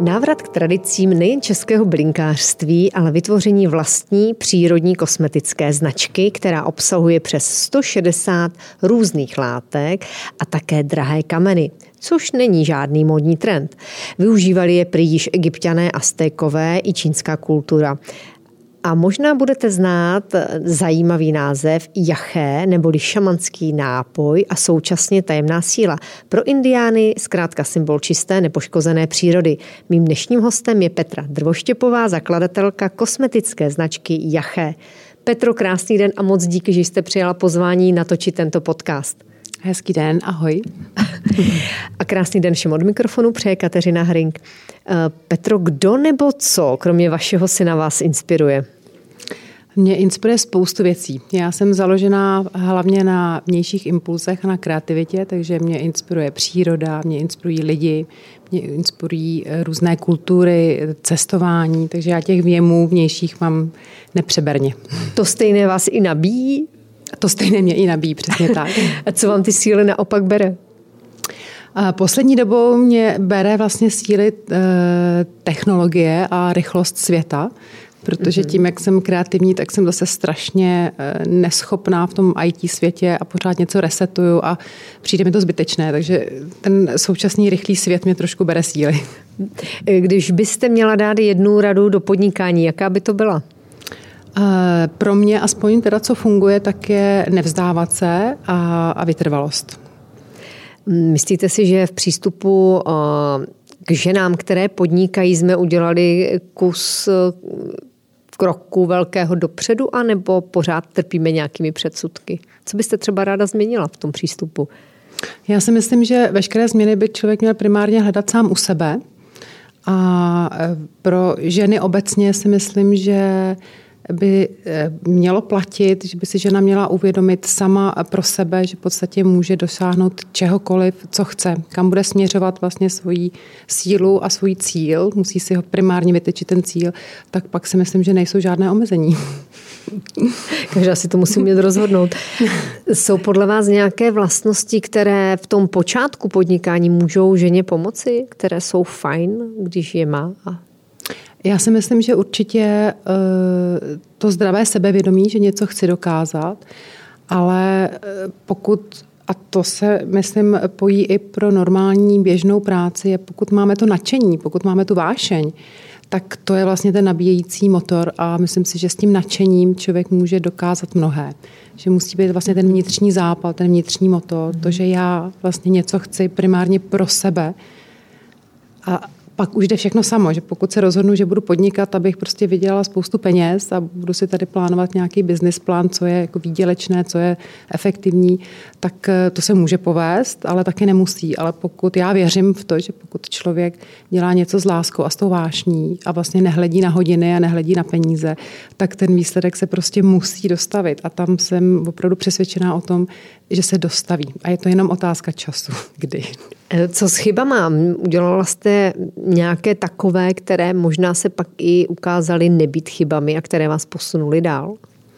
Návrat k tradicím nejen českého bylinkářství, ale vytvoření vlastní přírodní kosmetické značky, která obsahuje přes 160 různých látek a také drahé kameny, což není žádný módní trend. Využívali je prý již Egypťané, Aztékové i čínská kultura. A možná budete znát zajímavý název jaché, neboli šamanský nápoj a současně tajemná síla. Pro Indiány zkrátka symbol čisté, nepoškozené přírody. Mým dnešním hostem je Petra Drvoštěpová, zakladatelka kosmetické značky jaché. Petro, krásný den a moc díky, že jste přijala pozvání natočit tento podcast. Hezký den, ahoj. A krásný den všem od mikrofonu přeje Kateřina Hrink. Petro, kdo nebo co, kromě vašeho syna, vás inspiruje? Mě inspiruje spoustu věcí. Já jsem založená hlavně na vnějších impulsech a na kreativitě, takže mě inspiruje příroda, mě inspirují lidi, mě inspirují různé kultury, cestování, takže já těch věmů vnějších mám nepřeberně. To stejné vás i nabíjí? To stejné mě i nabíjí, přesně tak. A co vám ty síly naopak bere? Poslední dobou mě bere vlastně síly technologie a rychlost světa, protože tím, jak jsem kreativní, tak jsem zase strašně neschopná v tom IT světě a pořád něco resetuju a přijde mi to zbytečné, takže ten současný rychlý svět mě trošku bere síly. Když byste měla dát jednu radu do podnikání, jaká by to byla? Pro mě aspoň teda, co funguje, tak je nevzdávat se a vytrvalost. Myslíte si, že v přístupu k ženám, které podnikají, jsme udělali kus kroku velkého dopředu, anebo pořád trpíme nějakými předsudky? Co byste třeba ráda změnila v tom přístupu? Já si myslím, že veškeré změny by člověk měl primárně hledat sám u sebe. A pro ženy obecně si myslím, že by mělo platit, že by si žena měla uvědomit sama pro sebe, že v podstatě může dosáhnout čehokoliv, co chce, kam bude směřovat vlastně svoji sílu a svůj cíl, musí si ho primárně vytyčit ten cíl, tak pak si myslím, že nejsou žádné omezení. Každá si to musí mít rozhodnout. Jsou podle vás nějaké vlastnosti, které v tom počátku podnikání můžou ženě pomoci, které jsou fajn, když je má? Já si myslím, že určitě to zdravé sebevědomí, že něco chci dokázat, ale pokud, a to se myslím pojí i pro normální běžnou práci, je pokud máme to nadšení, pokud máme tu vášeň, tak to je vlastně ten nabíjející motor a myslím si, že s tím nadšením člověk může dokázat mnohé. Že musí být vlastně ten vnitřní zápal, ten vnitřní motor, to, že já vlastně něco chci primárně pro sebe a pak už jde všechno samo, že pokud se rozhodnu, že budu podnikat, abych prostě vydělala spoustu peněz a budu si tady plánovat nějaký business plán, co je jako výdělečné, co je efektivní, tak to se může povést, ale taky nemusí. Ale pokud já věřím v to, že pokud člověk dělá něco s láskou a s tou vášní a vlastně nehledí na hodiny a nehledí na peníze, tak ten výsledek se prostě musí dostavit. A tam jsem opravdu přesvědčená o tom, že se dostaví. A je to jenom otázka času, kdy. Co s chybama? Udělala jste nějaké takové, které možná se pak i ukázaly nebýt chybami a které vás posunuly dál?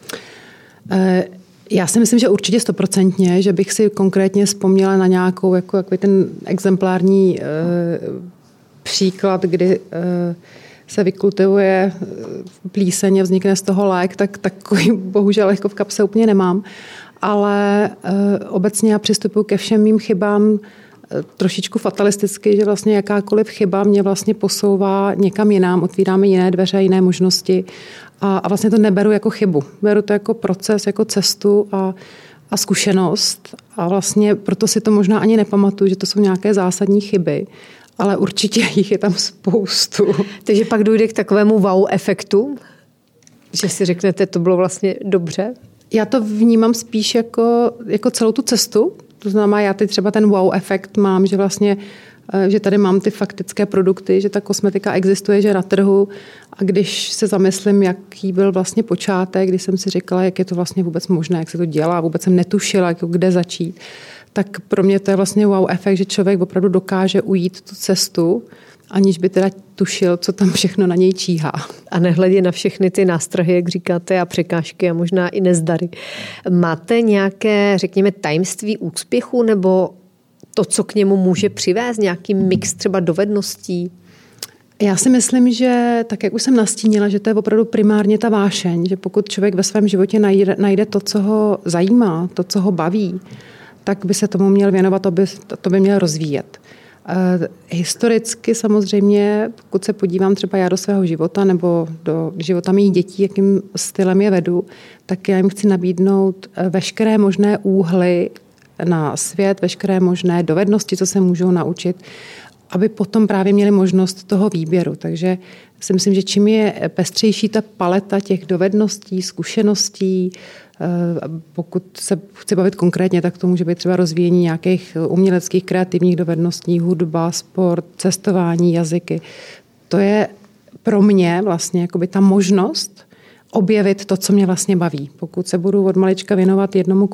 Já si myslím, že určitě 100%, že bych si konkrétně vzpomněla na nějakou jako ten exemplární příklad, kdy se vykultivuje plíseň a vznikne z toho lék, tak takový bohužel jako v kapse úplně nemám. Ale obecně já přistupuji ke všem mým chybám trošičku fatalisticky, že vlastně jakákoliv chyba mě vlastně posouvá někam jinam, otvírá mi jiné dveře, jiné možnosti a vlastně to neberu jako chybu. Beru to jako proces, jako cestu a zkušenost a vlastně proto si to možná ani nepamatuju, že to jsou nějaké zásadní chyby, ale určitě jich je tam spoustu. Takže pak dojde k takovému wow efektu, že si řeknete, to bylo vlastně dobře? Já to vnímám spíš jako celou tu cestu. To znamená, já teď třeba ten wow efekt mám, že vlastně, že tady mám ty faktické produkty, že ta kosmetika existuje, že je na trhu a když se zamyslím, jaký byl vlastně počátek, když jsem si říkala, jak je to vlastně vůbec možné, jak se to dělá, vůbec jsem netušila, jako kde začít, tak pro mě to je vlastně wow efekt, že člověk opravdu dokáže ujít tu cestu, aniž by teda tušil, co tam všechno na něj číhá. A nehledě na všechny ty nástrahy, jak říkáte, a překážky a možná i nezdary. Máte nějaké, řekněme, tajemství úspěchu nebo to, co k němu může přivést, nějaký mix třeba dovedností? Já si myslím, že tak, jak už jsem nastínila, že to je opravdu primárně ta vášeň, že pokud člověk ve svém životě najde to, co ho zajímá, to, co ho baví, tak by se tomu měl věnovat, to by měl rozvíjet. Historicky samozřejmě, pokud se podívám třeba já do svého života nebo do života mých dětí, jakým stylem je vedu, tak já jim chci nabídnout veškeré možné úhly na svět, veškeré možné dovednosti, co se můžou naučit, aby potom právě měli možnost toho výběru. Takže si myslím, že čím je pestřejší ta paleta těch dovedností, zkušeností, pokud se chci bavit konkrétně, tak to může být třeba rozvíjení nějakých uměleckých, kreativních dovedností, hudba, sport, cestování, jazyky. To je pro mě vlastně jakoby ta možnost objevit to, co mě vlastně baví. Pokud se budu od malička věnovat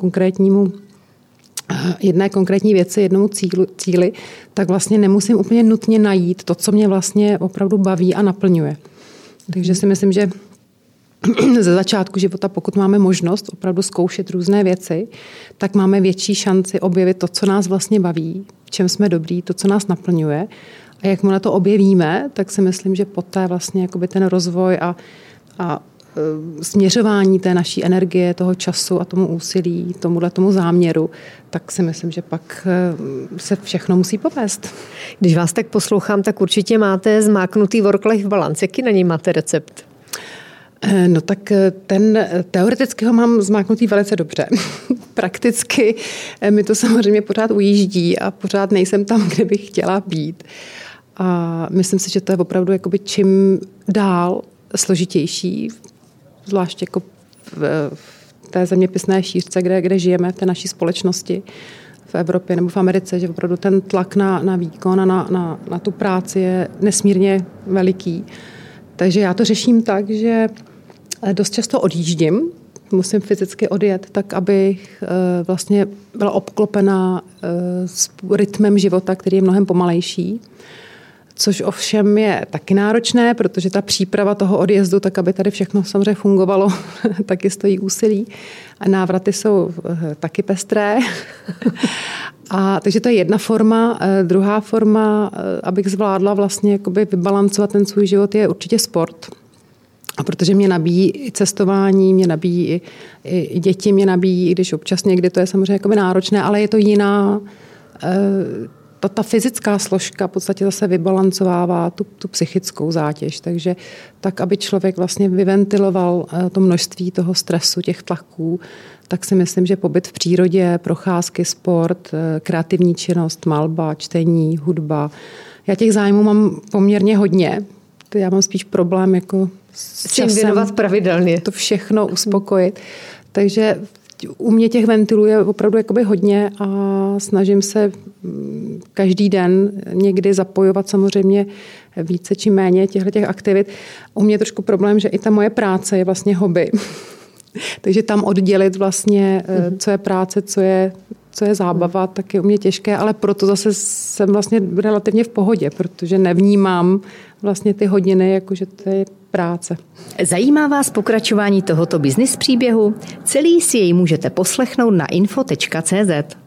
jedné konkrétní věci, jednomu cíli, tak vlastně nemusím úplně nutně najít to, co mě vlastně opravdu baví a naplňuje. Takže si myslím, že ze začátku života, pokud máme možnost opravdu zkoušet různé věci, tak máme větší šanci objevit to, co nás vlastně baví, v čem jsme dobrý, to, co nás naplňuje. A jak mu na to objevíme, tak si myslím, že poté vlastně jakoby ten rozvoj a směřování té naší energie, toho času a tomu úsilí, tomu záměru, tak si myslím, že pak se všechno musí povést. Když vás tak poslouchám, tak určitě máte zmáknutý work-life balance. Jaký na něj máte recept? No tak ten teoreticky ho mám zmáknutý velice dobře. Prakticky mi to samozřejmě pořád ujíždí a pořád nejsem tam, kde bych chtěla být. A myslím si, že to je opravdu jakoby čím dál složitější, zvlášť jako v té zeměpisné šířce, kde žijeme, v té naší společnosti v Evropě nebo v Americe, že opravdu ten tlak na výkon a na tu práci je nesmírně veliký. Takže já to řeším tak, že dost často odjíždím, musím fyzicky odjet, tak abych vlastně byla obklopená s rytmem života, který je mnohem pomalejší. Což ovšem je taky náročné, protože ta příprava toho odjezdu, tak aby tady všechno samozřejmě fungovalo, taky stojí úsilí. A návraty jsou taky pestré. Takže to je jedna forma. Druhá forma, abych zvládla vlastně jakoby vybalancovat ten svůj život, je určitě sport. A protože mě nabíjí i cestování, mě nabíjí i děti, mě nabíjí, i když občas někdy to je samozřejmě jakoby náročné, ale je to jiná. Ta fyzická složka v podstatě zase vybalancovává tu psychickou zátěž. Takže tak, aby člověk vlastně vyventiloval to množství toho stresu, těch tlaků, tak si myslím, že pobyt v přírodě, procházky, sport, kreativní činnost, malba, čtení, hudba. Já těch zájmů mám poměrně hodně. Já mám spíš problém jako s časem věnovat pravidelně. To všechno uspokojit. Takže u mě těch ventilů je opravdu jakoby hodně a snažím se každý den někdy zapojovat samozřejmě více či méně těchto aktivit. U mě je trošku problém, že i ta moje práce je vlastně hobby. Takže tam oddělit vlastně, co je práce, co je zábava, tak je u mě těžké, ale proto zase jsem vlastně relativně v pohodě, protože nevnímám vlastně ty hodiny, jakože to je práce. Zajímá vás pokračování tohoto business příběhu? Celý si jej můžete poslechnout na info.cz.